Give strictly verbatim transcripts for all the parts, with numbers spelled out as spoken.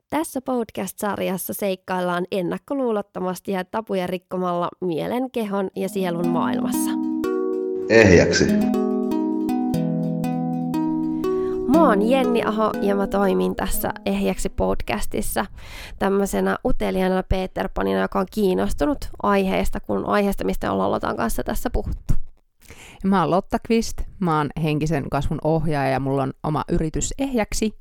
Tässä podcast-sarjassa seikkaillaan ennakkoluulottomasti ja tabuja rikkomalla mielen, kehon ja sielun maailmassa. Ehjäksi. Mä oon Jenni Aho ja mä toimin tässä Ehjäksi podcastissa tämmöisenä uteliaana Peter Panina, joka on kiinnostunut aiheesta, kun aiheesta, mistä ollaan Lotan kanssa tässä puhuttu. Mä oon Lotta Kvist, mä oon henkisen kasvun ohjaaja ja mulla on oma yritys Ehjäksi.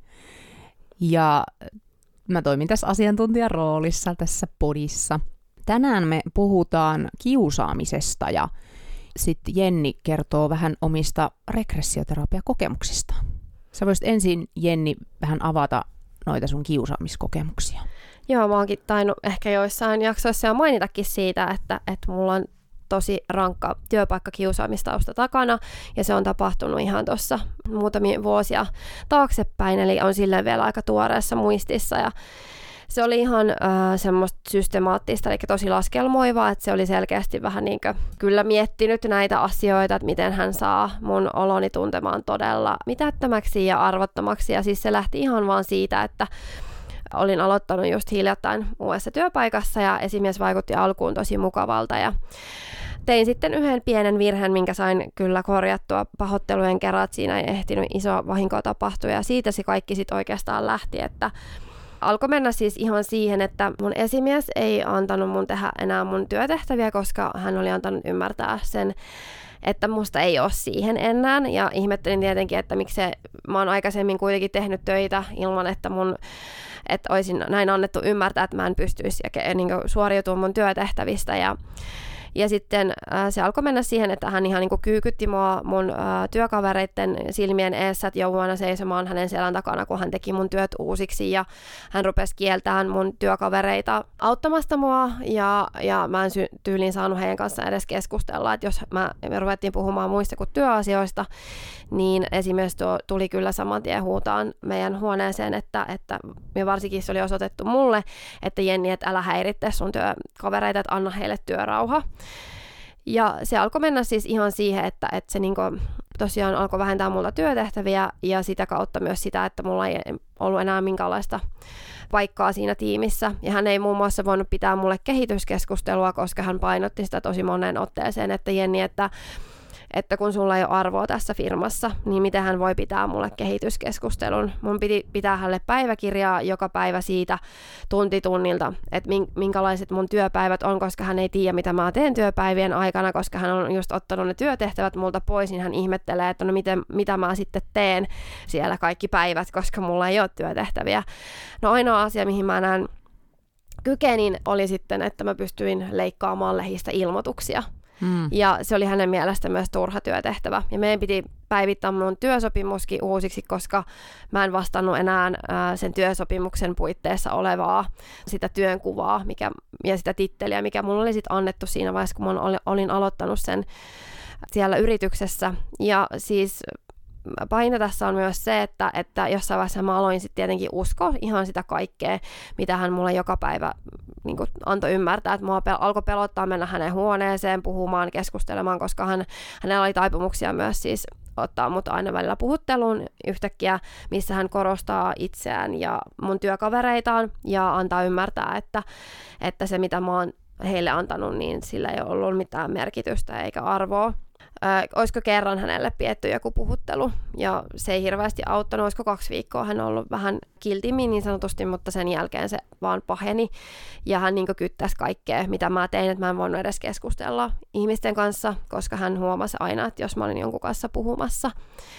Ja mä toimin tässä asiantuntijan roolissa tässä podissa. Tänään me puhutaan kiusaamisesta ja sitten Jenni kertoo vähän omista regressioterapiakokemuksista. Sä voisit ensin, Jenni, vähän avata noita sun kiusaamiskokemuksia. Joo, mä oonkin tainnut ehkä joissain jaksoissa jo mainitakin siitä, että, että mulla on tosi rankka työpaikkakiusaamistausta takana, ja se on tapahtunut ihan tuossa muutamia vuosia taaksepäin, eli on silleen vielä aika tuoreessa muistissa, ja se oli ihan äh, semmoista systemaattista, eli tosi laskelmoivaa, että se oli selkeästi vähän niin kuin kyllä miettinyt näitä asioita, että miten hän saa mun oloni tuntemaan todella mitättömäksi ja arvottomaksi, ja siis se lähti ihan vaan siitä, että olin aloittanut just hiljattain uudessa työpaikassa, ja esimies vaikutti alkuun tosi mukavalta, ja tein sitten yhden pienen virheen, minkä sain kyllä korjattua pahoittelujen kerran, että siinä ei ehtinyt iso vahinko tapahtua, ja siitä se kaikki sitten oikeastaan lähti, että alkoi mennä siis ihan siihen, että mun esimies ei antanut mun tehdä enää mun työtehtäviä, koska hän oli antanut ymmärtää sen, että musta ei ole siihen enää, ja ihmettelin tietenkin, että miksi mä oon aikaisemmin kuitenkin tehnyt töitä ilman, että mun että olisin näin annettu ymmärtää, että mä en pystyisi niin suoriutumaan mun työtehtävistä, ja Ja sitten äh, se alkoi mennä siihen, että hän ihan niin kuin kyykytti mua mun äh, työkavereiden silmien eessä, että jouduin seisomaan hänen selän takana, kun hän teki mun työt uusiksi, ja hän rupesi kieltämään mun työkavereita auttamasta mua, ja, ja mä en sy- tyyliin saanut heidän kanssaan edes keskustella, että jos mä, me ruvettiin puhumaan muista kuin työasioista, niin esimerkiksi tuo tuli kyllä saman tien huutaan meidän huoneeseen, että, että ja varsinkin se oli osoitettu mulle, että Jenni, että älä häiritte sun työkavereita, että anna heille työrauha. Ja se alkoi mennä siis ihan siihen, että, että se niinku tosiaan alkoi vähentää multa työtehtäviä, ja sitä kautta myös sitä, että mulla ei ollut enää minkäänlaista paikkaa siinä tiimissä. Ja hän ei muun muassa voinut pitää mulle kehityskeskustelua, koska hän painotti sitä tosi moneen otteeseen, että Jenni, että että kun sulla ei ole arvoa tässä firmassa, niin miten hän voi pitää mulle kehityskeskustelun. Mun piti pitää hänelle päiväkirjaa joka päivä siitä tunti tunnilta, että minkälaiset mun työpäivät on, koska hän ei tiedä, mitä mä teen työpäivien aikana, koska hän on just ottanut ne työtehtävät multa pois, niin hän ihmettelee, että no miten, mitä mä sitten teen siellä kaikki päivät, koska mulla ei ole työtehtäviä. No ainoa asia, mihin mä näen kykenin, oli sitten, että mä pystyin leikkaamaan lehdistä ilmoituksia. Mm. Ja se oli hänen mielestä myös turha työtehtävä. Ja meidän piti päivittää mun työsopimuskin uusiksi, koska mä en vastannut enää ää, sen työsopimuksen puitteissa olevaa sitä työnkuvaa mikä, ja sitä titteliä, mikä mulla oli sitten annettu siinä vaiheessa, kun mä olin, olin aloittanut sen siellä yrityksessä. Ja siis pahinta tässä on myös se, että, että jossain vaiheessa mä aloin sitten tietenkin uskoa ihan sitä kaikkea, mitä hän mulle joka päivä niin kuin antoi ymmärtää, että mua pel- alkoi pelottaa mennä hänen huoneeseen puhumaan, keskustelemaan, koska hän, hänellä oli taipumuksia myös siis ottaa mut aina välillä puhutteluun yhtäkkiä, missä hän korostaa itseään ja mun työkavereitaan ja antaa ymmärtää, että, että se mitä mä oon heille antanut, niin sillä ei ole ollut mitään merkitystä eikä arvoa. Ö, olisiko kerran hänelle pietty joku puhuttelu, ja se ei hirveästi auttanut, olisiko kaksi viikkoa hän on ollut vähän kiltimmin niin sanotusti, mutta sen jälkeen se vaan paheni, ja hän niin kyttäisi kaikkea, mitä mä tein, että mä en voinut edes keskustella ihmisten kanssa, koska hän huomasi aina, että jos mä olin jonkun kanssa puhumassa.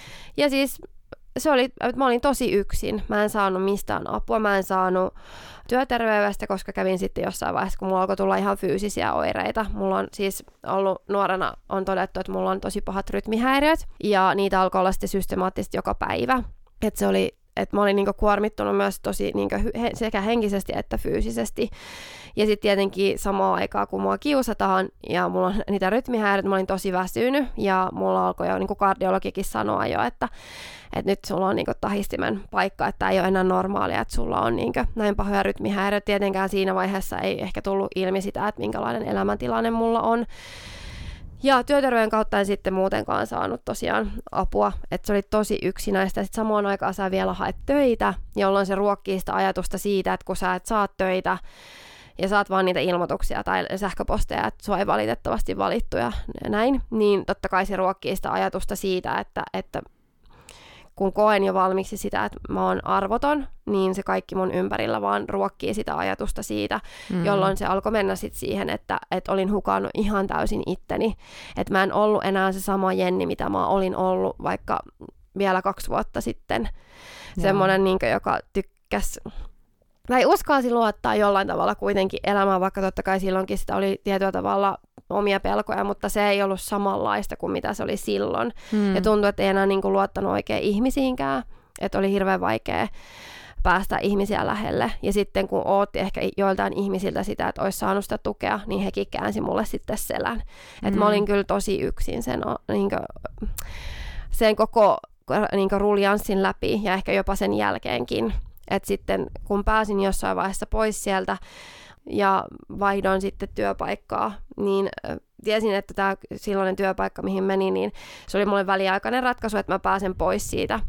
Ja siis se oli, että mä olin tosi yksin, mä en saanut mistään apua, mä en saanut työterveydestä, koska kävin sitten jossain vaiheessa, kun mulla alkoi tulla ihan fyysisiä oireita. Mulla on siis ollut nuorena, on todettu, että mulla on tosi pahat rytmihäiriöt, ja niitä alkoi olla sitten systemaattisesti joka päivä. Että se oli, että mä olin niinku kuormittunut myös tosi niinku sekä henkisesti että fyysisesti. Ja sitten tietenkin samaan aikaan, kun mua kiusataan ja mulla on niitä rytmihäiriöitä, mä olin tosi väsynyt, ja mulla alkoi jo niinku kardiologikin sanoa jo, että että nyt sulla on niinku tahistimen paikka, että ei ole enää normaalia, että sulla on niinku näin pahoja rytmihäiriöitä. Tietenkään siinä vaiheessa ei ehkä tullut ilmi sitä, että minkälainen elämäntilanne mulla on. Ja työterveyden kautta en sitten muutenkaan saanut tosiaan apua, että se oli tosi yksinäistä. Sitten samaan aikaan sä vielä haet töitä, jolloin se ruokkii sitä ajatusta siitä, että kun sä et saa töitä ja saat vaan niitä ilmoituksia tai sähköposteja, että sua ei valitettavasti valittu ja näin, niin totta kai se ruokkii sitä ajatusta siitä, että, että kun koen jo valmiiksi sitä, että mä oon arvoton, niin se kaikki mun ympärillä vaan ruokkii sitä ajatusta siitä, mm. jolloin se alkoi mennä sit siihen, että, että olin hukannut ihan täysin itteni. Että mä en ollut enää se sama Jenni, mitä mä olin ollut vaikka vielä kaksi vuotta sitten. Joo. Semmoinen, niin kuin, joka tykkäsi, tai uskalsi luottaa jollain tavalla kuitenkin elämään, vaikka totta kai silloinkin sitä oli tietyllä tavalla omia pelkoja, mutta se ei ollut samanlaista kuin mitä se oli silloin. Hmm. Ja tuntui, että ei enää niin kuin luottanut oikein ihmisiinkään, että oli hirveän vaikea päästä ihmisiä lähelle. Ja sitten kun ootti ehkä joiltain ihmisiltä sitä, että olisi saanut sitä tukea, niin hekin käänsi mulle sitten selän. Hmm. Että mä olin kyllä tosi yksin sen, niin kuin, sen koko niin kuin ruljanssin läpi ja ehkä jopa sen jälkeenkin. Että sitten kun pääsin jossain vaiheessa pois sieltä, ja vaihdoin sitten työpaikkaa, niin tiesin, että tämä silloinen työpaikka, mihin menin, niin se oli mulle väliaikainen ratkaisu, että mä pääsen pois siitä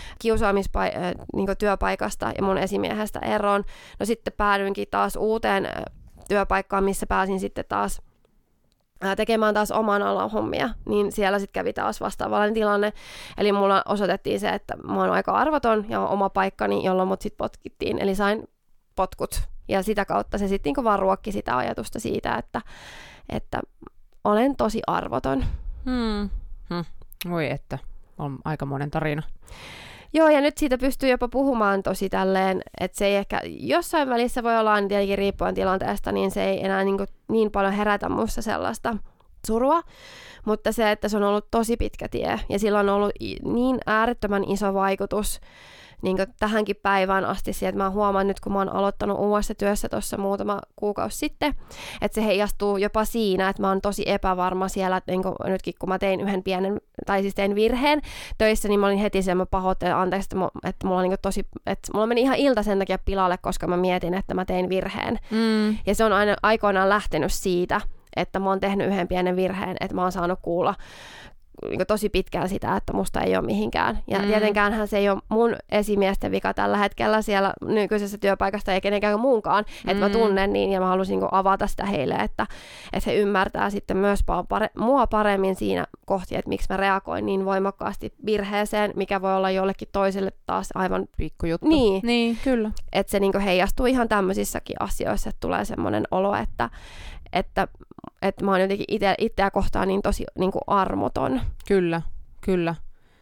kiusaamistyöpaikasta ja mun esimiehestä eroon. No sitten päädyinkin taas uuteen työpaikkaan, missä pääsin sitten taas tekemään taas oman alan hommia, niin siellä sitten kävi taas vastaavallinen tilanne. Eli mulla osoitettiin se, että mä oon aika arvoton ja oma paikkani, jolloin mut sitten potkittiin, eli sain potkut. Ja sitä kautta se sitten niinku vaan ruokki sitä ajatusta siitä, että, että olen tosi arvoton. Hmm. Hmm. Voi että, on aikamoinen tarina. Joo, ja nyt siitä pystyy jopa puhumaan tosi tälleen, että se ei ehkä jossain välissä voi olla, tietenkin riippuen tilanteesta, niin se ei enää niinku niin paljon herätä musta sellaista surua, mutta se, että se on ollut tosi pitkä tie, ja sillä on ollut niin äärettömän iso vaikutus niin kuin tähänkin päivään asti, että mä huomaan nyt, kun mä oon aloittanut uudessa työssä tuossa muutama kuukausi sitten, että se heijastuu jopa siinä, että mä oon tosi epävarma siellä, että niin kuin nytkin kun mä tein yhden pienen, tai siis tein virheen töissä, niin mä olin heti sen, mä pahoittelen, anteeksi, että, mä, että mulla on niin kuin tosi, että mulla meni ihan ilta sen takia pilalle, koska mä mietin, että mä tein virheen. Mm. Ja se on aina aikoinaan lähtenyt siitä, että mä oon tehnyt yhden pienen virheen, että mä oon saanut kuulla niin tosi pitkään sitä, että musta ei ole mihinkään. Ja mm. tietenkäänhän se ei ole mun esimiesten vika tällä hetkellä siellä nykyisessä työpaikasta, ei kenenkään muunkaan. Mm. Että mä tunnen niin ja mä halusin niin avata sitä heille, että, että he ymmärtää sitten myös pare- mua paremmin siinä kohti, että miksi mä reagoin niin voimakkaasti virheeseen, mikä voi olla jollekin toiselle taas aivan pikkujuttu. Niin, niin kyllä. Että se niin heijastuu ihan tämmöisissäkin asioissa, että tulee semmoinen olo, että että, että mä oon jotenkin ite, itseä kohtaan niin tosi niin kuin armoton. Kyllä, kyllä.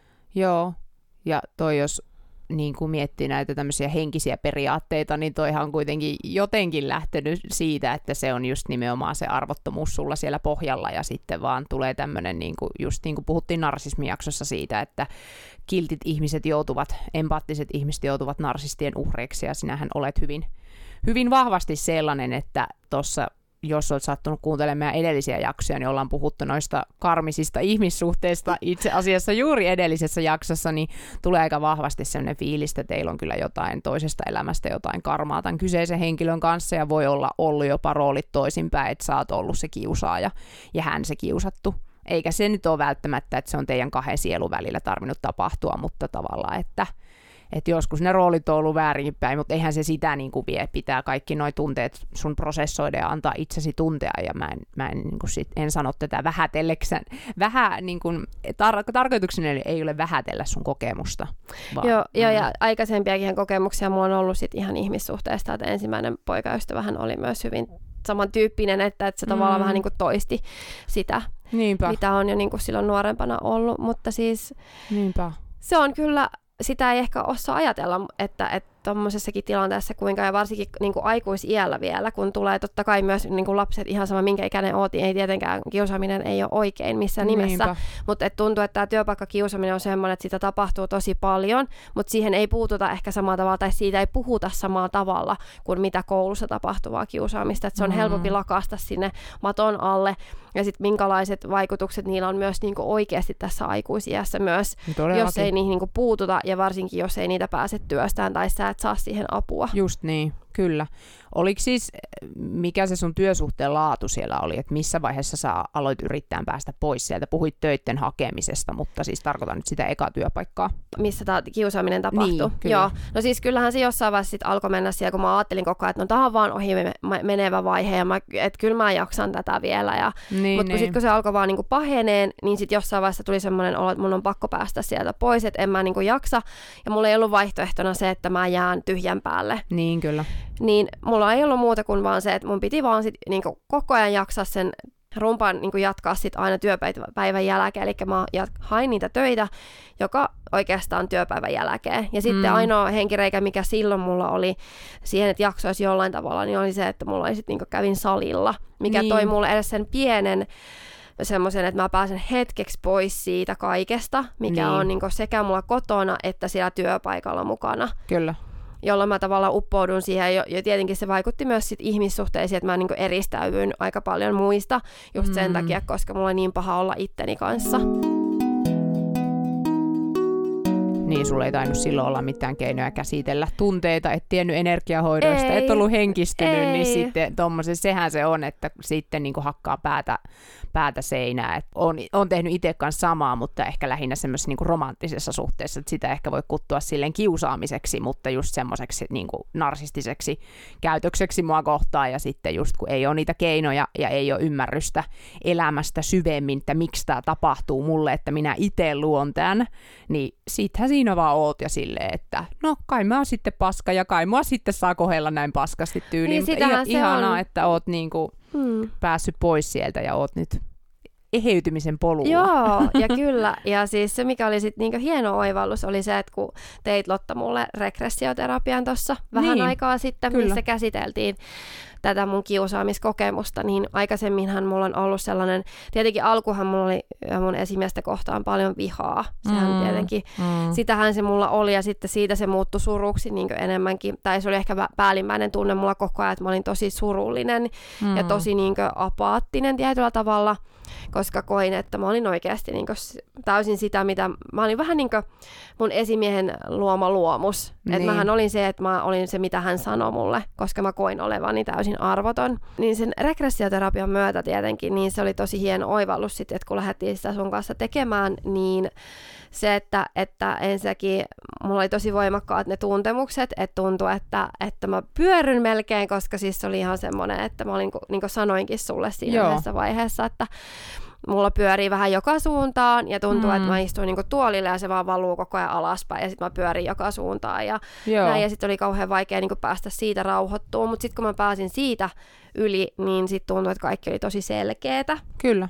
Joo. Ja toi jos niin kuin miettii näitä tämmöisiä henkisiä periaatteita, niin toihan on kuitenkin jotenkin lähtenyt siitä, että se on just nimenomaan se arvottomuus sulla siellä pohjalla ja sitten vaan tulee tämmöinen, niin kuin, just niin kuin puhuttiin narsismijaksossa siitä, että kiltit ihmiset joutuvat, empaattiset ihmiset joutuvat narsistien uhreiksi ja sinähän olet hyvin, hyvin vahvasti sellainen, että tuossa jos olet sattunut kuuntelemaan edellisiä jaksoja, niin ollaan puhuttu noista karmisista ihmissuhteista itse asiassa juuri edellisessä jaksossa, niin tulee aika vahvasti sellainen fiilis, että teillä on kyllä jotain toisesta elämästä, jotain karmaa tämän kyseisen henkilön kanssa, ja voi olla ollut jopa roolit toisinpäin, että sä oot ollut se kiusaaja ja hän se kiusattu. Eikä se nyt ole välttämättä, että se on teidän kahden sielun välillä tarvinnut tapahtua, mutta tavallaan, että Että joskus ne roolit on ollut väärinpäin, mutta eihän se sitä niin kuin vie. Pitää kaikki nuo tunteet sun prosessoida ja antaa itsesi tuntea. Ja mä en, mä en, niin kuin sit, en sano tätä vähätelleksän. Vähän niin kuin, tar- tarkoitukseni ei ole vähätellä sun kokemusta. Vaan, joo, mm. jo, ja aikaisempiakin kokemuksia mulla on ollut sit ihan ihmissuhteesta. Että ensimmäinen poikaystävähän oli myös hyvin samantyyppinen, että, että se mm. tavallaan vähän niin kuin toisti sitä, Niinpä. mitä on jo niin kuin silloin nuorempana ollut. Mutta siis Niinpä. se on kyllä... Sitä ei ehkä osaa ajatella, että, että tuommoisessakin tilanteessa, kuinka ja varsinkin niin kuin aikuisiällä vielä, kun tulee totta kai myös niin kuin lapset, ihan sama minkä ikäinen oot, ei tietenkään kiusaaminen ei ole oikein missään nimessä, Niinpä. Mutta tuntuu, että tämä työpaikkakiusaaminen on semmoinen, että sitä tapahtuu tosi paljon, mutta siihen ei puututa ehkä samalla tavalla, tai siitä ei puhuta samalla tavalla kuin mitä koulussa tapahtuvaa kiusaamista, että se on mm. helpompi lakasta sinne maton alle, ja sitten minkälaiset vaikutukset niillä on myös niin kuin oikeasti tässä aikuisiässä myös, Todellakin. jos ei niihin niin kuin puututa, ja varsinkin jos ei niitä pääse työstään, tai sä et saa siihen apua. Just niin, kyllä. Oliko siis, mikä se sun työsuhteen laatu siellä oli, että missä vaiheessa sä aloit yrittämään päästä pois sieltä? Puhuit töitten hakemisesta, mutta siis tarkoitan nyt sitä ekaa työpaikkaa. Missä tämä kiusaaminen tapahtui? Niin, kyllä. Joo. No siis kyllähän se jossain vaiheessa sit alkoi mennä siellä, kun mä ajattelin koko ajan, että no tämä on vaan ohi menevä vaihe, ja mä, että kyllä mä jaksan tätä vielä. Ja, niin, mutta niin. sitten kun se alkoi vaan niinku paheneen, niin sitten jossain vaiheessa tuli semmoinen olo, että mun on pakko päästä sieltä pois, että en mä niinku jaksa, ja mulla ei ollut vaihtoehtona se, että mä jään tyhjän päälle. Niin, kyllä. Niin mulla ei ollut muuta kuin vaan se, että mun piti vaan sit niinku koko ajan jaksaa sen rumpan niinku jatkaa sit aina työpäivän jälkeen, eli mä jat- hain niitä töitä, joka oikeastaan työpäivän jälkeen. Ja sitten mm. ainoa henkireikä, mikä silloin mulla oli siihen, että jaksoisi jollain tavalla, niin oli se, että mulla oli sit niinku kävin salilla, mikä niin. toi mulle edes sen pienen semmoisen, että mä pääsen hetkeksi pois siitä kaikesta, mikä niin. on niinku sekä mulla kotona että siellä työpaikalla mukana. Kyllä. Jolloin mä tavallaan uppoudun siihen, ja, ja tietenkin se vaikutti myös sit ihmissuhteisiin, että mä niinku eristäydyin aika paljon muista, just mm. sen takia, koska mulla on niin paha olla itteni kanssa. Niin, sulla ei tainnut silloin olla mitään keinoja käsitellä tunteita, et tiennyt energiahoidoista, ei, et ollut henkistynyt, ei. niin sitten tommosen, sehän se on, että sitten niin kuin hakkaa päätä, päätä seinää. Et on, on tehnyt itse kanssa samaa, mutta ehkä lähinnä semmoisessa niin kuin romanttisessa suhteessa, että sitä ehkä voi kuttua silleen kiusaamiseksi, mutta just semmoiseksi niin kuin narsistiseksi käytökseksi mua kohtaan, ja sitten just kun ei ole niitä keinoja ja ei ole ymmärrystä elämästä syvemmin, että miksi tämä tapahtuu mulle, että minä itse luon tämän, niin sittenhän siinä vaan oot ja silleen, että no kai mä oon sitten paska ja kai mua sitten saa kohdella näin paskasti tyyliin. Niin, mutta ihanaa, on. että oot niinku hmm. päässyt pois sieltä ja oot nyt eheytymisen polulla. Joo, ja kyllä. Ja siis se, mikä oli sitten niinku hieno oivallus, oli se, että kun teit Lotta mulle regressioterapian tuossa vähän niin, aikaa sitten, kyllä. missä käsiteltiin tätä mun kiusaamiskokemusta, niin aikaisemminhan mulla on ollut sellainen, tietenkin alkuhan mulla oli mun esimiestä kohtaan paljon vihaa, sehän mm, tietenkin, mm. sitähän se mulla oli, ja sitten siitä se muuttui suruksi niin enemmänkin, tai se oli ehkä päällimmäinen tunne mulla koko ajan, että mä olin tosi surullinen mm. ja tosi niin apaattinen tietyllä tavalla, koska koin, että mä olin oikeasti niin täysin sitä, mitä mä olin vähän niin kuin mun esimiehen luoma luomus. Niin. Että mähän olin se, että mä olin se, mitä hän sanoi mulle, koska mä koin olevani täysin arvoton. Niin sen regressioterapian myötä tietenkin, niin se oli tosi hieno oivallus sitten, että kun lähdettiin sitä sun kanssa tekemään, niin se, että, että ensinnäkin mulla oli tosi voimakkaat ne tuntemukset, että tuntui, että, että mä pyörryn melkein, koska siis se oli ihan semmoinen, että mä olin, niin kuin sanoinkin sulle siinä yhdessä vaiheessa, että mulla pyörii vähän joka suuntaan ja tuntuu, mm. että mä istuin niinku tuolille ja se vaan valuu koko ajan alaspäin ja sitten mä pyörin joka suuntaan ja näin. Ja sitten oli kauhean vaikea niinku päästä siitä rauhoittumaan, mutta sitten kun mä pääsin siitä yli, niin sitten tuntui, että kaikki oli tosi selkeätä. Kyllä.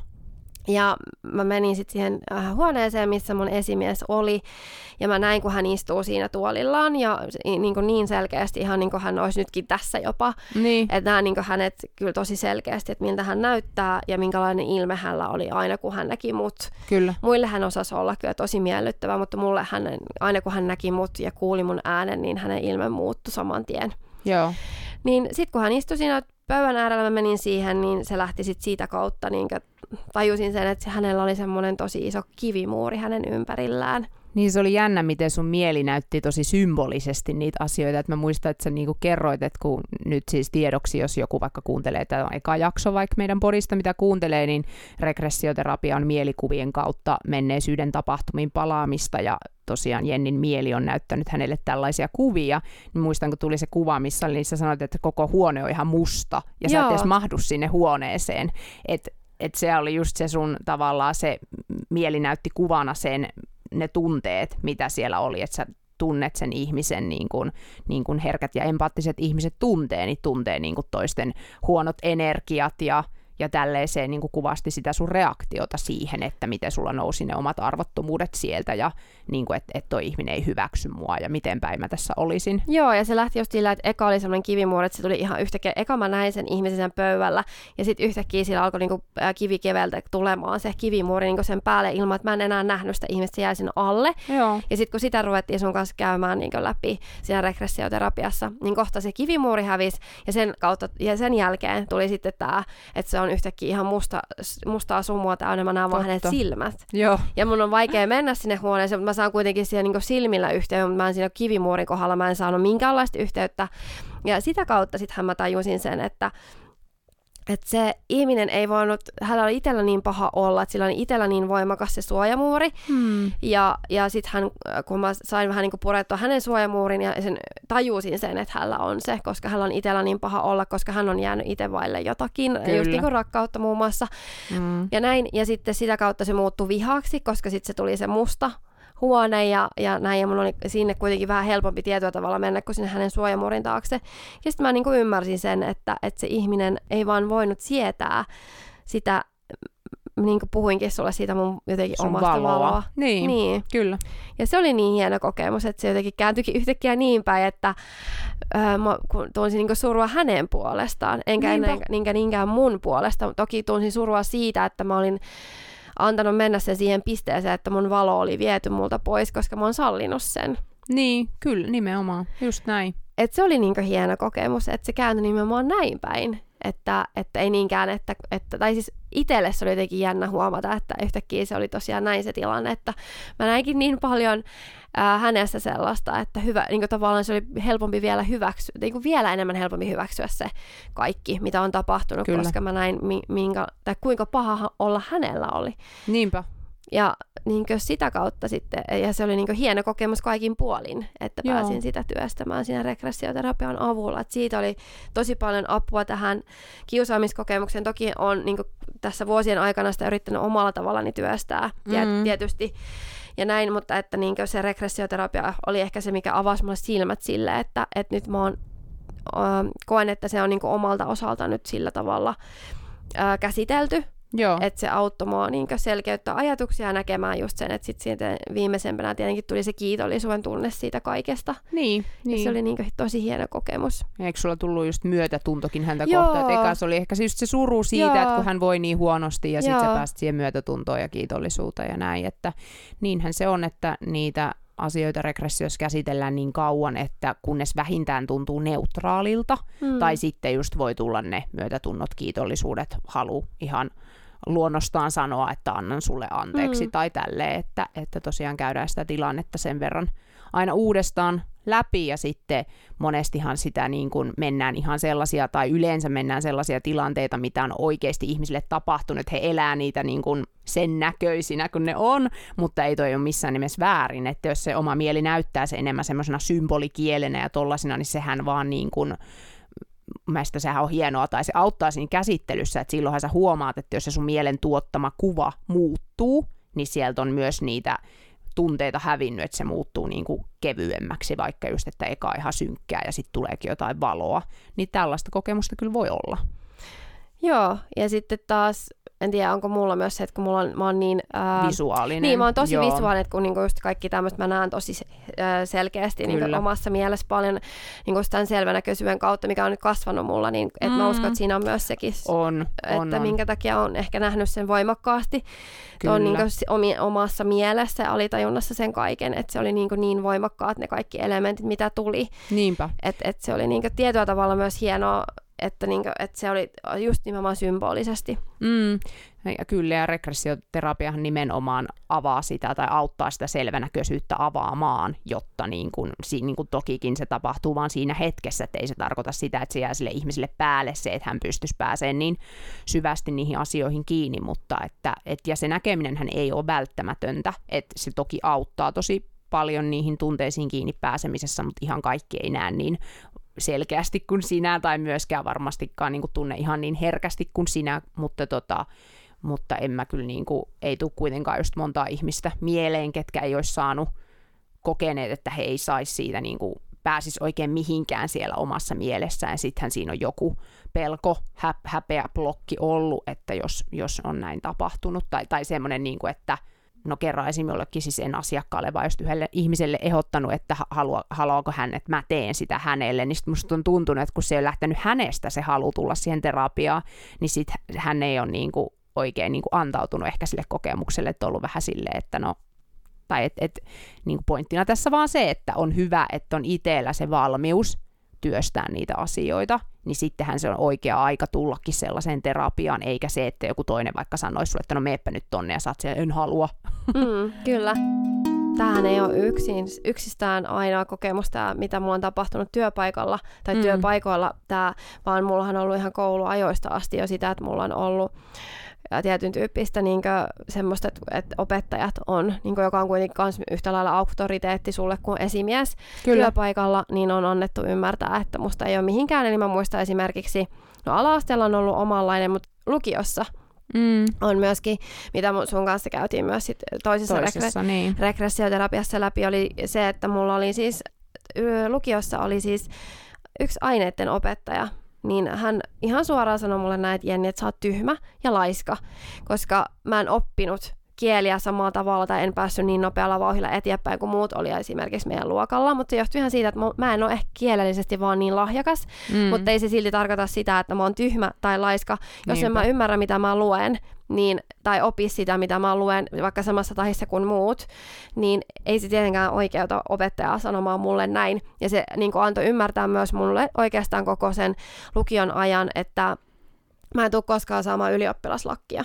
Ja mä menin sitten siihen huoneeseen, missä mun esimies oli, ja mä näin, kun hän istuu siinä tuolillaan, ja niin, kuin niin selkeästi, ihan niin kuin hän olisi nytkin tässä jopa. Niin. Että näin niin kuin hänet kyllä tosi selkeästi, että miltä hän näyttää, ja minkälainen ilme hänellä oli aina, kun hän näki mut. Kyllä. Muille hän osasi olla kyllä tosi miellyttävä, mutta mulle hänen, aina kun hän näki mut ja kuuli mun äänen, niin hänen ilme muuttui saman tien. Joo. Niin sitten kun hän istui siinä pöydän äärellä, mä menin siihen, niin se lähti sitten siitä kautta, niin tajusin sen, että hänellä oli semmoinen tosi iso kivimuuri hänen ympärillään. Niin se oli jännä, miten sun mieli näytti tosi symbolisesti niitä asioita. Että mä muistan, että sä niinku kerroit, että kun nyt siis tiedoksi, jos joku vaikka kuuntelee tätä eka jakso vaikka meidän podista, mitä kuuntelee, niin regressioterapia on mielikuvien kautta menneisyyden tapahtumiin palaamista, ja tosiaan Jennin mieli on näyttänyt hänelle tällaisia kuvia. Niin muistan, kun tuli se kuva, missä niin sä sanoit, että koko huone on ihan musta, ja sä et edes mahdu sinne huoneeseen. Että et se oli just se sun tavallaan se mieli näytti kuvana sen, ne tunteet, mitä siellä oli, että sä tunnet sen ihmisen, niin kuin, niin kuin herkät ja empaattiset ihmiset tuntee, niin tuntee niin kuin toisten huonot energiat ja, ja tälleeseen niin kuin kuvasti sitä sun reaktiota siihen, että miten sulla nousi ne omat arvottomuudet sieltä ja niin kuin, että, että toi ihminen ei hyväksy mua ja miten päin mä tässä olisin. Joo, ja se lähti just sillä, että eka oli semmoinen kivimuuri, että se tuli ihan yhtäkkiä, eka mä näin sen ihmisen sen pöydällä ja sitten yhtäkkiä sillä alkoi niinku kivikeveltä tulemaan se kivimuuri niinku sen päälle ilman, että mä en enää nähnyt sitä ihmistä, se jäi sinne alle. Joo. Ja sitten kun sitä ruvettiin sun kanssa käymään niinku läpi siinä regressioterapiassa, niin kohta se kivimuuri hävisi ja sen kautta ja sen jälkeen tuli sitten tämä, että se on on yhtäkkiä ihan musta, mustaa sumua täynnä, mä näen vaan hänet silmät. Joo. Ja mun on vaikea mennä sinne huoneeseen, mutta mä saan kuitenkin siellä niin silmillä yhteyttä, mutta mä en siinä kivimuurin kohdalla, mä en saanut minkäänlaista yhteyttä. Ja sitä kautta sittenhän mä tajusin sen, että että se ihminen ei voinut, hänellä oli itsellä niin paha olla, että sillä oli itsellä niin voimakas se suojamuuri. Hmm. Ja, ja sitten hän, kun mä sain vähän niin kuin purettua hänen suojamuurin ja sen, tajusin sen, että hänellä on se, koska hänellä on itsellä niin paha olla, koska hän on jäänyt itse vaille jotakin, Kyllä. just niin kuin rakkautta muun muassa. Hmm. Ja näin, ja sitten sitä kautta se muuttui vihaksi, koska sitten se tuli se musta huone ja, ja näin, ja mun oli sinne kuitenkin vähän helpompi tietyllä tavalla mennä kuin sinne hänen suojamuurin taakse. Ja sitten mä niin kuin ymmärsin sen, että, että se ihminen ei vaan voinut sietää sitä, niin kuin puhuinkin sulle siitä mun jotenkin Sun omasta valoa. valoa. Niin, niin, kyllä. Ja se oli niin hieno kokemus, että se jotenkin kääntyikin yhtäkkiä niin päin, että öö, mä tunsin niin kuin surua hänen puolestaan, enkä, enkä, enkä niinkään mun puolesta. Toki tunsin surua siitä, että mä olin antanut mennä sen siihen pisteeseen, että mun valo oli viety multa pois, koska mä oon sallinut sen. Niin, kyllä, nimenomaan. Just näin. Et se oli niinku hieno kokemus, että se kääntyi nimenomaan näin päin. Että, että ei niinkään, että, että tai siis itselle se oli jotenkin jännä huomata, että yhtäkkiä se oli tosiaan näin se tilanne, että mä näinkin niin paljon ää, hänessä sellaista, että hyvä, niin kuin tavallaan se oli helpompi vielä hyväksyä, niin kuin vielä enemmän helpompi hyväksyä se kaikki, mitä on tapahtunut, Kyllä. koska mä näin, minkä, tai kuinka paha olla hänellä oli. Niinpä. Ja niin sitä kautta sitten, ja se oli niin hieno kokemus kaikin puolin, että Joo. pääsin sitä työstämään siinä regressioterapian avulla. Et siitä oli tosi paljon apua tähän kiusaamiskokemukseen. Toki olen niin tässä vuosien aikana sitä yrittänyt omalla tavallani työstää mm. tietysti ja näin, mutta että niin se regressioterapia oli ehkä se, mikä avasi mulle silmät sille, että, että nyt mä oon, äh, koen, että se on niin omalta osalta nyt sillä tavalla äh, käsitelty. Että se auttoi mua niin selkeyttää ajatuksia ja näkemään just sen, että sitten siitä viimeisempänä tietenkin tuli se kiitollisuuden tunne siitä kaikesta. Niin, niin. Se oli niin tosi hieno kokemus. Ja eikö sulla tullut just myötätuntokin häntä kohtaan? Että eka se oli ehkä just se suru siitä, Joo. että kun hän voi niin huonosti ja sitten sä pääsit siihen myötätuntoon ja kiitollisuuteen ja näin. Että niinhän se on, että niitä asioita regressiossa käsitellään niin kauan, että kunnes vähintään tuntuu neutraalilta, mm. tai sitten just voi tulla ne myötätunnot, kiitollisuudet, halu ihan luonnostaan sanoa, että annan sulle anteeksi mm. tai tälleen, että, että tosiaan käydään sitä tilannetta sen verran aina uudestaan läpi ja sitten monestihan sitä niin kuin mennään ihan sellaisia tai yleensä mennään sellaisia tilanteita, mitä on oikeasti ihmisille tapahtunut, että he elää niitä niin kuin sen näköisinä kuin ne on, mutta ei toi ole missään nimessä väärin, että jos se oma mieli näyttää se enemmän semmoisena symbolikielenä ja tollasina, niin sehän vaan niin kuin mielestäni sehän on hienoa, tai se auttaa siinä käsittelyssä, että silloinhan sä huomaat, että jos se sun mielen tuottama kuva muuttuu, niin sieltä on myös niitä tunteita hävinnyt, että se muuttuu niin kuin kevyemmäksi, vaikka just, että eka ihan synkkää ja sitten tuleekin jotain valoa, niin tällaista kokemusta kyllä voi olla. Joo, ja sitten taas, en tiedä, onko mulla myös se, että kun mulla on, mä oon niin... Ää, visuaalinen. Niin, mä oon tosi Joo. visuaalinen, että kun niinku just kaikki tämmöistä mä näen tosi ää, selkeästi niinku omassa mielessä paljon niinku tämän selvänäköisyyden kautta, mikä on nyt kasvanut mulla, niin että mm. mä uskon, että siinä on myös sekin, on, että on, on. minkä takia on ehkä nähnyt sen voimakkaasti. On niinku omi, omassa mielessä ja alitajunnassa sen kaiken, että se oli niinku niin voimakkaat ne kaikki elementit, mitä tuli. Niinpä. Että et se oli niinku tietyllä tavalla myös hienoa, että, niinku, että se oli just nimenomaan symbolisesti. Mm. Ja kyllä, ja regressioterapiahan nimenomaan avaa sitä tai auttaa sitä selvänäköisyyttä avaamaan, jotta niin kuin, niin kuin tokikin se tapahtuu vaan siinä hetkessä, että ei se tarkoita sitä, että se jää sille ihmiselle päälle se, että hän pystyisi pääsemään niin syvästi niihin asioihin kiinni, mutta että, et, ja se näkeminenhän ei ole välttämätöntä, että se toki auttaa tosi paljon niihin tunteisiin kiinni pääsemisessä, mutta ihan kaikki ei näe niin selkeästi kuin sinä, tai myöskään varmastikaan niin kuin tunne ihan niin herkästi kuin sinä, mutta, tota, mutta en mä kyllä, niin kuin, ei tule kuitenkaan just montaa ihmistä mieleen, ketkä ei olisi saanut kokeneet, että he ei saisi siitä, niin kuin, pääsisi oikein mihinkään siellä omassa mielessään, ja sittenhän siinä on joku pelko, hä, häpeä, blokki ollut, että jos, jos on näin tapahtunut, tai, tai semmoinen, niin kuin, että no kerran esimerkiksi jollekin siis en asiakkaalle, vaan just yhdelle ihmiselle ehdottanut, että halua, haluaako hän, että mä teen sitä hänelle, niin sitten musta on tuntunut, että kun se on lähtenyt hänestä se halu tulla siihen terapiaan, niin sitten hän ei ole niinku oikein niinku antautunut ehkä sille kokemukselle, että on ollut vähän silleen, että no, tai et, et, niinku pointtina tässä vaan se, että on hyvä, että on itsellä se valmius työstää niitä asioita, niin sittenhän se on oikea aika tullakin sellaiseen terapiaan, eikä se, että joku toinen vaikka sanoisi sulle, että no meepä nyt tonne ja sä oot siellä, en halua. Mm, kyllä. Tämähän ei ole yksin, yksistään ainoa kokemus, tämä, mitä mulla on tapahtunut työpaikalla tai mm. työpaikoilla, tämä, vaan mullahan on ollut ihan kouluajoista asti jo sitä, että mulla on ollut tietyn tyyppistä niin semmoista, että, että opettajat on, niin joka on kuitenkin kans yhtä lailla auktoriteetti sulle kuin esimies Kyllä. työpaikalla, niin on annettu ymmärtää, että musta ei ole mihinkään. Eli mä muistan esimerkiksi, no ala-asteella on ollut omanlainen, mutta lukiossa mm. on myöskin, mitä sun kanssa käytiin myös sit toisessa, toisessa regre- niin. regressioterapiassa läpi, oli se, että mulla oli siis, lukiossa oli siis yksi aineiden opettaja, niin hän ihan suoraan sanoi mulle näin, että Jenni, että sä oot tyhmä ja laiska, koska mä en oppinut kieliä samalla tavalla tai en päässyt niin nopealla vauhdilla eteenpäin kuin muut oli esimerkiksi meidän luokalla, mutta se johtui ihan siitä, että mä en ole ehkä kielellisesti vaan niin lahjakas, mm. mutta ei se silti tarkoita sitä, että mä oon tyhmä tai laiska, jos Niinpä. en mä ymmärrä, mitä mä luen, niin, tai opi sitä, mitä mä luen vaikka samassa tahissa kuin muut, niin ei se tietenkään oikeuta opettajaa sanomaan mulle näin. Ja se niin kuin antoi ymmärtää myös mulle oikeastaan koko sen lukion ajan, että mä en tule koskaan saamaan ylioppilaslakkia.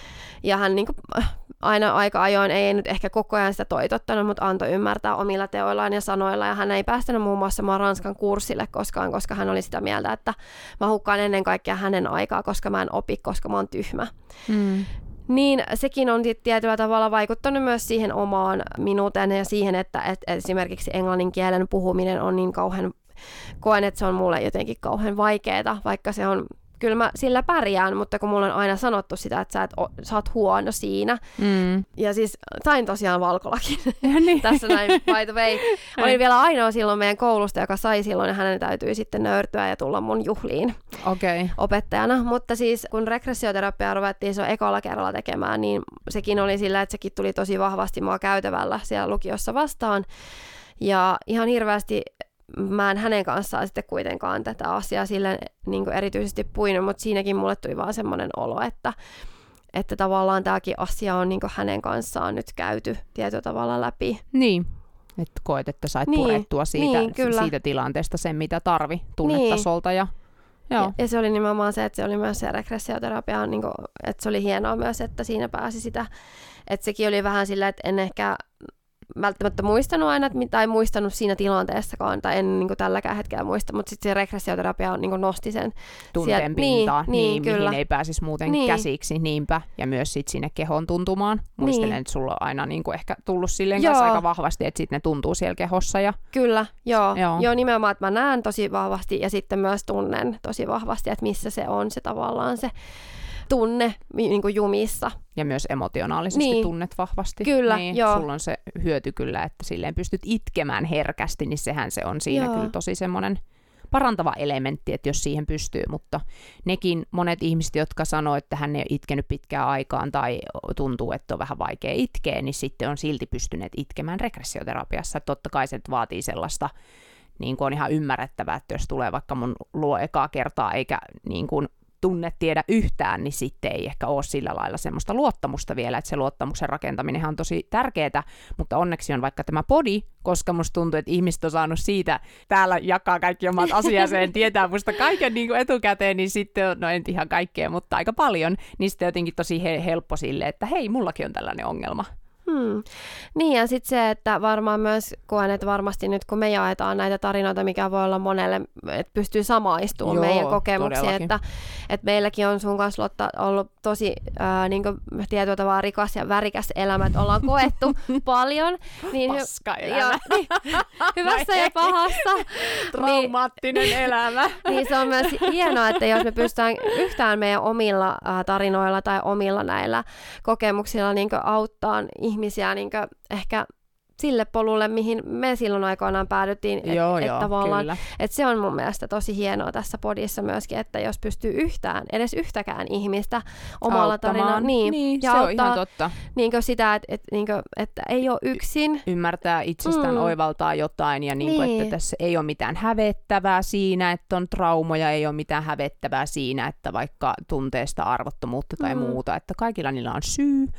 Ja hän niin kuin, aina aika ajoin, ei nyt ehkä koko ajan sitä toitottanut, mutta antoi ymmärtää omilla teoillaan ja sanoilla. Ja hän ei päästänyt muun muassa mua Ranskan kurssille koskaan, koska hän oli sitä mieltä, että mä hukkaan ennen kaikkea hänen aikaa, koska mä en opi, koska mä oon tyhmä. Mm. Niin sekin on tietyllä tavalla vaikuttanut myös siihen omaan minuuteen ja siihen, että et esimerkiksi englannin kielen puhuminen on niin kauhean, koen, että se on mulle jotenkin kauhean vaikeaa, vaikka se on kyllä mä sillä pärjään, mutta kun mulla on aina sanottu sitä, että sä, et o, sä oot huono siinä. Mm. Ja siis sain tosiaan valkolakin niin. tässä näin, by the way. Olin vielä ainoa silloin meidän koulusta, joka sai silloin, ja hänen täytyi sitten nöyrtyä ja tulla mun juhliin okay. opettajana. Mutta siis kun regressioterapiaa ruvettiin se ekalla kerralla tekemään, niin sekin oli sillä, että sekin tuli tosi vahvasti mua käytävällä siellä lukiossa vastaan. Ja ihan hirveästi mä en hänen kanssaan sitten kuitenkaan tätä asiaa sille niin kuin erityisesti puinut, mutta siinäkin mulle tuli vaan semmoinen olo, että, että tavallaan tämäkin asia on niin kuin hänen kanssaan nyt käyty tietyllä tavalla läpi. Niin, että koet, että sait niin, purettua siitä, niin, siitä tilanteesta sen, mitä tarvi tunnetasolta. Niin. Ja, ja, ja se oli nimenomaan se, että se oli myös se regressioterapia, niin kuin, että se oli hienoa myös, että siinä pääsi sitä, että sekin oli vähän sillä, että en ehkä välttämättä muistanut aina, tai muistanut siinä tilanteessakaan, tai en niin kuin tälläkään hetkellä muista, mutta sitten se regressioterapia niin kuin nosti sen tunteen pintaa, niin, niin, mihin ei pääsisi muuten niin. käsiksi, niinpä, ja myös sitten sinne kehon tuntumaan. Muistelen, niin. että sulla on aina niin kuin ehkä tullut silleen kanssa aika vahvasti, että sitten ne tuntuu siellä kehossa. Ja... Kyllä, joo. joo. Joo, nimenomaan, että mä näen tosi vahvasti, ja sitten myös tunnen tosi vahvasti, että missä se on se tavallaan se tunne niin kuin jumissa. Ja myös emotionaalisesti niin. tunnet vahvasti. Kyllä, niin, joo. Sulla on se hyöty kyllä, että silleen pystyt itkemään herkästi, niin sehän se on siinä joo. kyllä tosi semmoinen parantava elementti, että jos siihen pystyy, mutta nekin monet ihmiset, jotka sanoo, että hän ei ole itkenyt pitkään aikaan tai tuntuu, että on vähän vaikea itkeä, niin sitten on silti pystyneet itkemään regressioterapiassa. Totta kai se vaatii sellaista, niin kuin on ihan ymmärrettävää, että jos tulee vaikka mun luo ekaa kertaa eikä niin kuin tunne tiedä yhtään, niin sitten ei ehkä ole sillä lailla semmoista luottamusta vielä, että se luottamuksen rakentaminen on tosi tärkeää, mutta onneksi on vaikka tämä podi, koska musta tuntuu, että ihmiset on saanut siitä täällä jakaa kaikki omat asiansa ja tietää musta kaiken niin kuin etukäteen, niin sitten on, no en ihan kaikkea, mutta aika paljon, niin sitten jotenkin tosi he- helppo sille, että hei, mullakin on tällainen ongelma. Hmm. Niin ja sitten se, että varmaan myös koen, että varmasti nyt kun me jaetaan näitä tarinoita, mikä voi olla monelle, että pystyy samaistumaan Joo, meidän kokemuksiin, että, että meilläkin on sun kanssa Lotta ollut tosi ää, niin kuin tietyllä tavalla rikas ja värikäs elämä, että ollaan koettu paljon. Niin Paska hy- elämä. Ja, niin, hyvässä ja pahassa. Traumaattinen niin, elämä. Niin se on myös hienoa, että jos me pystytään yhtään meidän omilla ää, tarinoilla tai omilla näillä kokemuksilla niin kuin auttaa ihmisiä niin kuin ehkä sille polulle, mihin me silloin aikoinaan päädyttiin. Et, joo, et joo, tavallaan, kyllä. Et se on mun mielestä tosi hienoa tässä podissa myöskin, että jos pystyy yhtään, edes yhtäkään ihmistä omalla tarinalla. Niin, niin ja se auttaa, on ihan totta. Niin sitä, että et, niin että ei ole yksin. Ymmärtää itsestään, mm. oivaltaa jotain ja niin kuin, niin. että tässä ei ole mitään hävettävää siinä, että on traumoja, ei ole mitään hävettävää siinä, että vaikka tuntee sitä arvottomuutta tai mm. muuta, että kaikilla niillä on syy.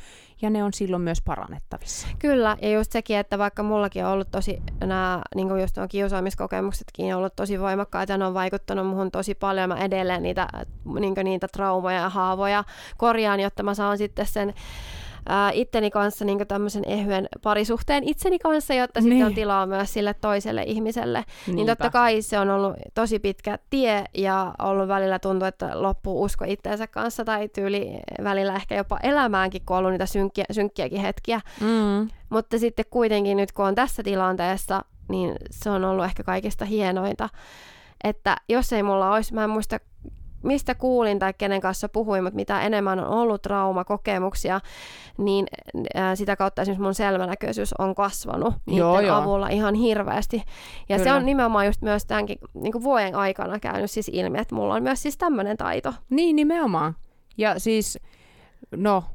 ja ne on silloin myös parannettavissa. Kyllä, ja just sekin, että vaikka mullakin on ollut tosi, nämä niin kuin just nuo kiusaamiskokemuksetkin on ollut tosi voimakkaita, ne on vaikuttanut muhun tosi paljon, mä edelleen niitä, niin kuin niitä traumoja ja haavoja korjaan, jotta mä saan sitten sen ää, itteni kanssa niin kuin tämmöisen ehyen parisuhteen itseni kanssa, jotta niin. sitten on tilaa myös sille toiselle ihmiselle. Niinpä. Niin totta kai se on ollut tosi pitkä tie ja ollut välillä tuntuu, että loppuu usko itteensä kanssa tai tyyli välillä ehkä jopa elämäänkin, kun on ollut niitä synkkiä, synkkiäkin hetkiä. Mm. Mutta sitten kuitenkin nyt kun on tässä tilanteessa, niin se on ollut ehkä kaikista hienointa. Että jos ei mulla olisi, mä en muista mistä kuulin tai kenen kanssa puhuin, mutta mitä enemmän on ollut traumakokemuksia, niin ää, sitä kautta esimerkiksi mun selvänäköisyys on kasvanut niiden joo, joo. avulla ihan hirveästi. Ja Kyllä. se on nimenomaan just myös tämänkin niin kuin vuoden aikana käynyt siis ilmi, että mulla on myös siis tämmöinen taito. Niin, nimenomaan. Ja siis, no,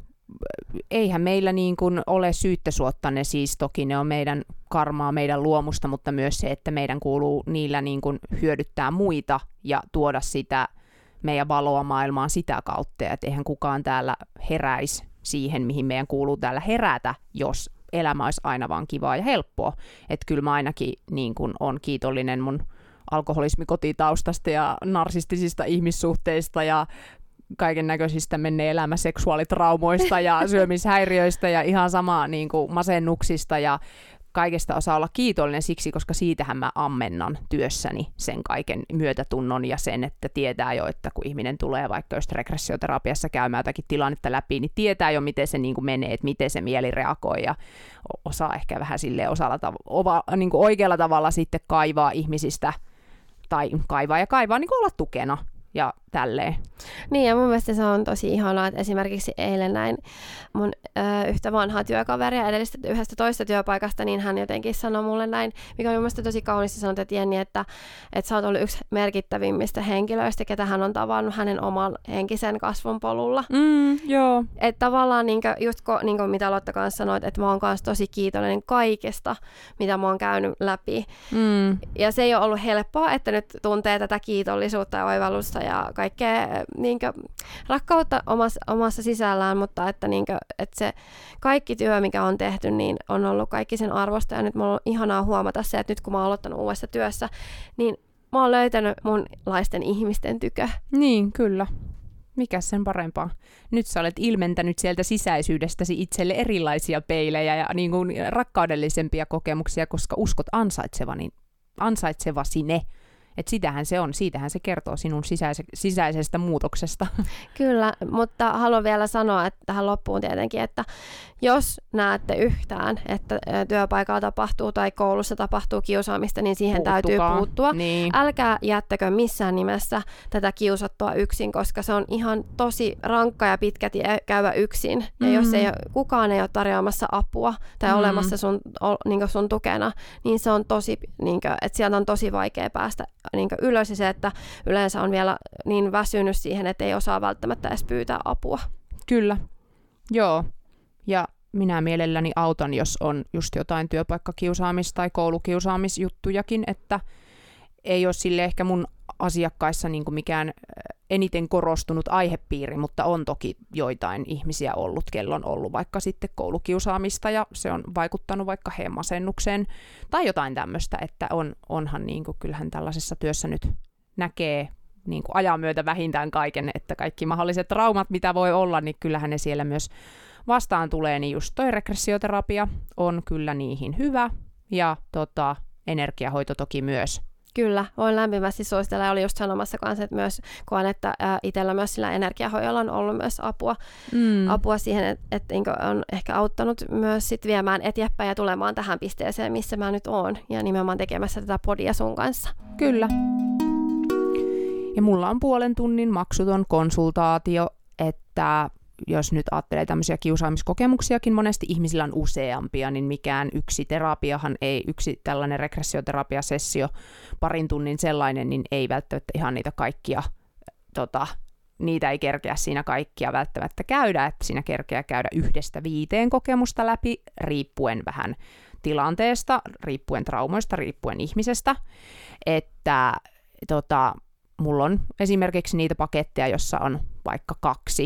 eihän meillä niin kuin ole syyttä suotta ne siis, toki ne on meidän karmaa, meidän luomusta, mutta myös se, että meidän kuuluu niillä niin kuin hyödyttää muita ja tuoda sitä meidän valoa maailmaan sitä kautta, että eihän kukaan täällä heräisi siihen, mihin meidän kuuluu täällä herätä, jos elämä olisi aina vaan kivaa ja helppoa. Että kyllä mä ainakin niin kun on kiitollinen mun alkoholismikotitaustasta ja narsistisista ihmissuhteista ja kaiken näköisistä menneen elämä seksuaalitraumoista ja syömishäiriöistä ja ihan sama niin kuin masennuksista ja kaikesta osaa olla kiitollinen siksi, koska siitähän mä ammennan työssäni sen kaiken myötätunnon ja sen, että tietää jo, että kun ihminen tulee vaikka just regressioterapiassa käymään jotakin tilannetta läpi, niin tietää jo, miten se niin kuin menee, että miten se mieli reagoi ja osaa ehkä vähän silleen osalla tav- ova, niin kuin oikealla tavalla sitten kaivaa ihmisistä tai kaivaa ja kaivaa niin kuin olla tukena. Ja tälleen. Niin, ja mun mielestä se on tosi ihanaa, että esimerkiksi eilen näin mun ö, yhtä vanhaa työkaveria edellisestä yhdestä toista työpaikasta, niin hän jotenkin sanoi mulle näin, mikä on mun mielestä tosi kaunista sanoa, että Jenni, että, että sä oot ollut yksi merkittävimmistä henkilöistä, ketä hän on tavannut hänen oman henkisen kasvun polulla. Mm, joo. Että tavallaan niin kuin, just ko, niin kuin mitä Lotta kanssa sanoit, että mä oon kanssa tosi kiitollinen kaikesta, mitä mä oon käynyt läpi. Mm. Ja se ei ole ollut helppoa, että nyt tuntee tätä kiitollisuutta ja oivallusta ja kaikkea niin kuin, rakkautta omassa, omassa sisällään, mutta että, niin kuin, että se kaikki työ, mikä on tehty, niin on ollut kaikki sen arvosta. Ja nyt mulla on ihanaa huomata se, että nyt kun mä oon aloittanut uudessa työssä, niin mä oon löytänyt munlaisten ihmisten tykö. Niin, kyllä. Mikäs sen parempaa? Nyt sä olet ilmentänyt sieltä sisäisyydestäsi itselle erilaisia peilejä ja niin kuin rakkaudellisempia kokemuksia, koska uskot ansaitsevani, ansaitsevasi ne. Että sitähän se on, siitähän se kertoo sinun sisäise- sisäisestä muutoksesta. Kyllä, mutta haluan vielä sanoa että tähän loppuun tietenkin, että jos näette yhtään, että työpaikalla tapahtuu tai koulussa tapahtuu kiusaamista, niin siihen Puuttukaa. täytyy puuttua. Niin. Älkää jättäkö missään nimessä tätä kiusattua yksin, koska se on ihan tosi rankka ja pitkä tie käydä yksin. Ja mm-hmm. jos ei, kukaan ei ole tarjoamassa apua tai mm-hmm. olemassa sun, niin sun tukena, niin se on tosi, niin kuin, että sieltä on tosi vaikea päästä niin kuin ylös ja se, että yleensä on vielä niin väsynyt siihen, että ei osaa välttämättä edes pyytää apua. Kyllä, joo. Ja minä mielelläni autan, jos on just jotain työpaikkakiusaamis- tai koulukiusaamisjuttujakin, että ei ole sille ehkä mun asiakkaissa niin kuin mikään eniten korostunut aihepiiri, mutta on toki joitain ihmisiä ollut, kello on ollut vaikka sitten koulukiusaamista ja se on vaikuttanut vaikka heidän masennukseen tai jotain tämmöistä, että on, onhan niin kuin, kyllähän tällaisessa työssä nyt näkee niin kuin ajan myötä vähintään kaiken, että kaikki mahdolliset traumat, mitä voi olla, niin kyllähän ne siellä myös vastaan tulee, niin just toi regressioterapia on kyllä niihin hyvä ja tota, energiahoito toki myös. Kyllä, voin lämpimästi suositella ja oli just sanomassa kanssa, että myös koen, että itsellä myös sillä energiahoidolla on ollut myös apua, mm. apua siihen, että, että on ehkä auttanut myös sit viemään eteenpäin ja tulemaan tähän pisteeseen, missä mä nyt oon ja nimenomaan tekemässä tätä podia sun kanssa. Kyllä. Ja mulla on puolen tunnin maksuton konsultaatio, että jos nyt ajattelee tämmöisiä kiusaamiskokemuksiakin, monesti ihmisillä on useampia, niin mikään yksi terapiahan ei, yksi tällainen regressioterapiasessio, parin tunnin sellainen, niin ei välttämättä ihan niitä kaikkia, tota, niitä ei kerkeä siinä kaikkia välttämättä käydä, että siinä kerkeää käydä yhdestä viiteen kokemusta läpi, riippuen vähän tilanteesta, riippuen traumoista, riippuen ihmisestä, että tota, mulla on esimerkiksi niitä paketteja, jossa on vaikka kaksi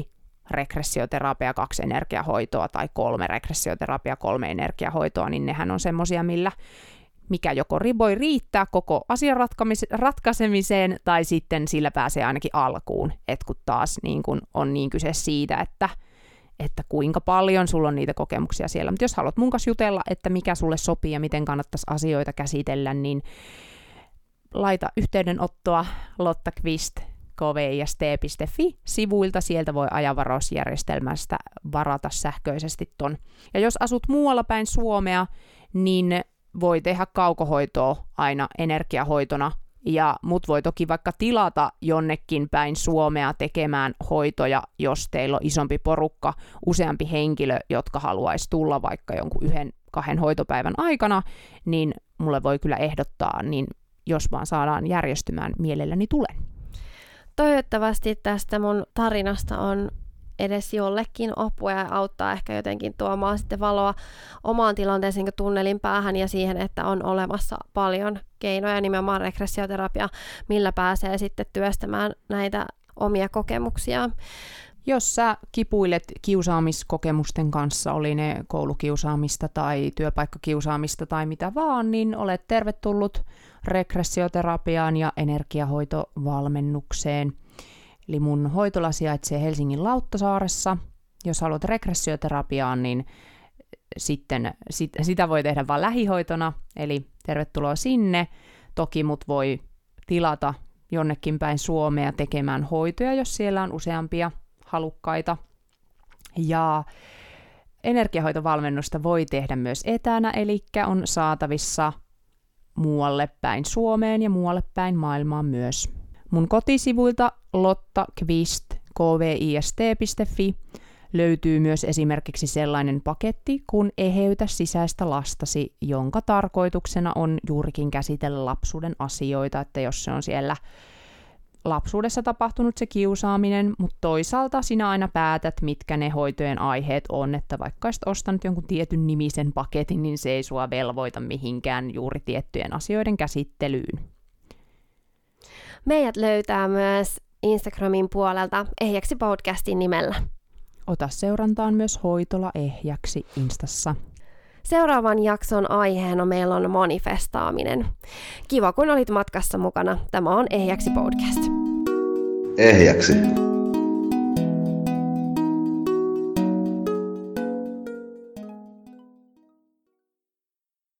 regressioterapia, kaksi energiahoitoa tai kolme regressioterapia, kolme energiahoitoa, niin nehän on semmoisia, millä mikä joko voi riittää koko asian ratkaisemiseen, tai sitten sillä pääsee ainakin alkuun. Et kun taas niin kun on niin kyse siitä, että, että kuinka paljon sulla on niitä kokemuksia siellä. Mutta jos haluat mun kanssa jutella, että mikä sulle sopii ja miten kannattaisi asioita käsitellä, niin laita yhteydenottoa lottakvist piste k v i s t piste f i sivuilta. Sieltä voi ajanvarausjärjestelmästä varata sähköisesti ton. Ja jos asut muualla päin Suomea, niin voi tehdä kaukohoitoa aina energiahoitona, ja mut voi toki vaikka tilata jonnekin päin Suomea tekemään hoitoja, jos teillä on isompi porukka, useampi henkilö, jotka haluaisi tulla vaikka jonkun yhden, kahden hoitopäivän aikana, niin mulle voi kyllä ehdottaa, niin jos vaan saadaan järjestymään, mielelläni tulen. Toivottavasti tästä mun tarinasta on edes jollekin apua ja auttaa ehkä jotenkin tuomaan sitten valoa omaan tilanteeseen tunnelin päähän ja siihen, että on olemassa paljon keinoja, nimenomaan regressioterapia, millä pääsee sitten työstämään näitä omia kokemuksia. Jos sä kipuilet kiusaamiskokemusten kanssa, oli ne koulukiusaamista tai työpaikkakiusaamista tai mitä vaan, niin olet tervetullut regressioterapiaan ja energiahoitovalmennukseen. Eli mun hoitola sijaitsee Helsingin Lauttasaaressa. Jos haluat regressioterapiaan, niin sitten sit, sitä voi tehdä vain lähihoitona, eli tervetuloa sinne. Toki mut voi tilata jonnekin päin Suomea tekemään hoitoja, jos siellä on useampia halukkaita. Ja energiahoitovalmennusta voi tehdä myös etänä, eli on saatavissa muualle päin Suomeen ja muualle päin maailmaan myös. Mun kotisivuilta lottakvist piste k v i s t piste f i löytyy myös esimerkiksi sellainen paketti kuin Eheytä sisäistä lastasi, jonka tarkoituksena on juurikin käsitellä lapsuuden asioita, että jos se on siellä lapsuudessa tapahtunut se kiusaaminen, mutta toisaalta sinä aina päätät, mitkä ne hoitojen aiheet on, että vaikka olisit ostanut jonkun tietyn nimisen paketin, niin se ei sua velvoita mihinkään juuri tiettyjen asioiden käsittelyyn. Meidät löytää myös Instagramin puolelta Ehjäksi podcastin nimellä. Ota seurantaan myös Hoitola Ehjäksi Instassa. Seuraavan jakson aiheena meillä on manifestaaminen. Kiva, kun olit matkassa mukana. Tämä on Ehjäksi podcast. Ehjäksi.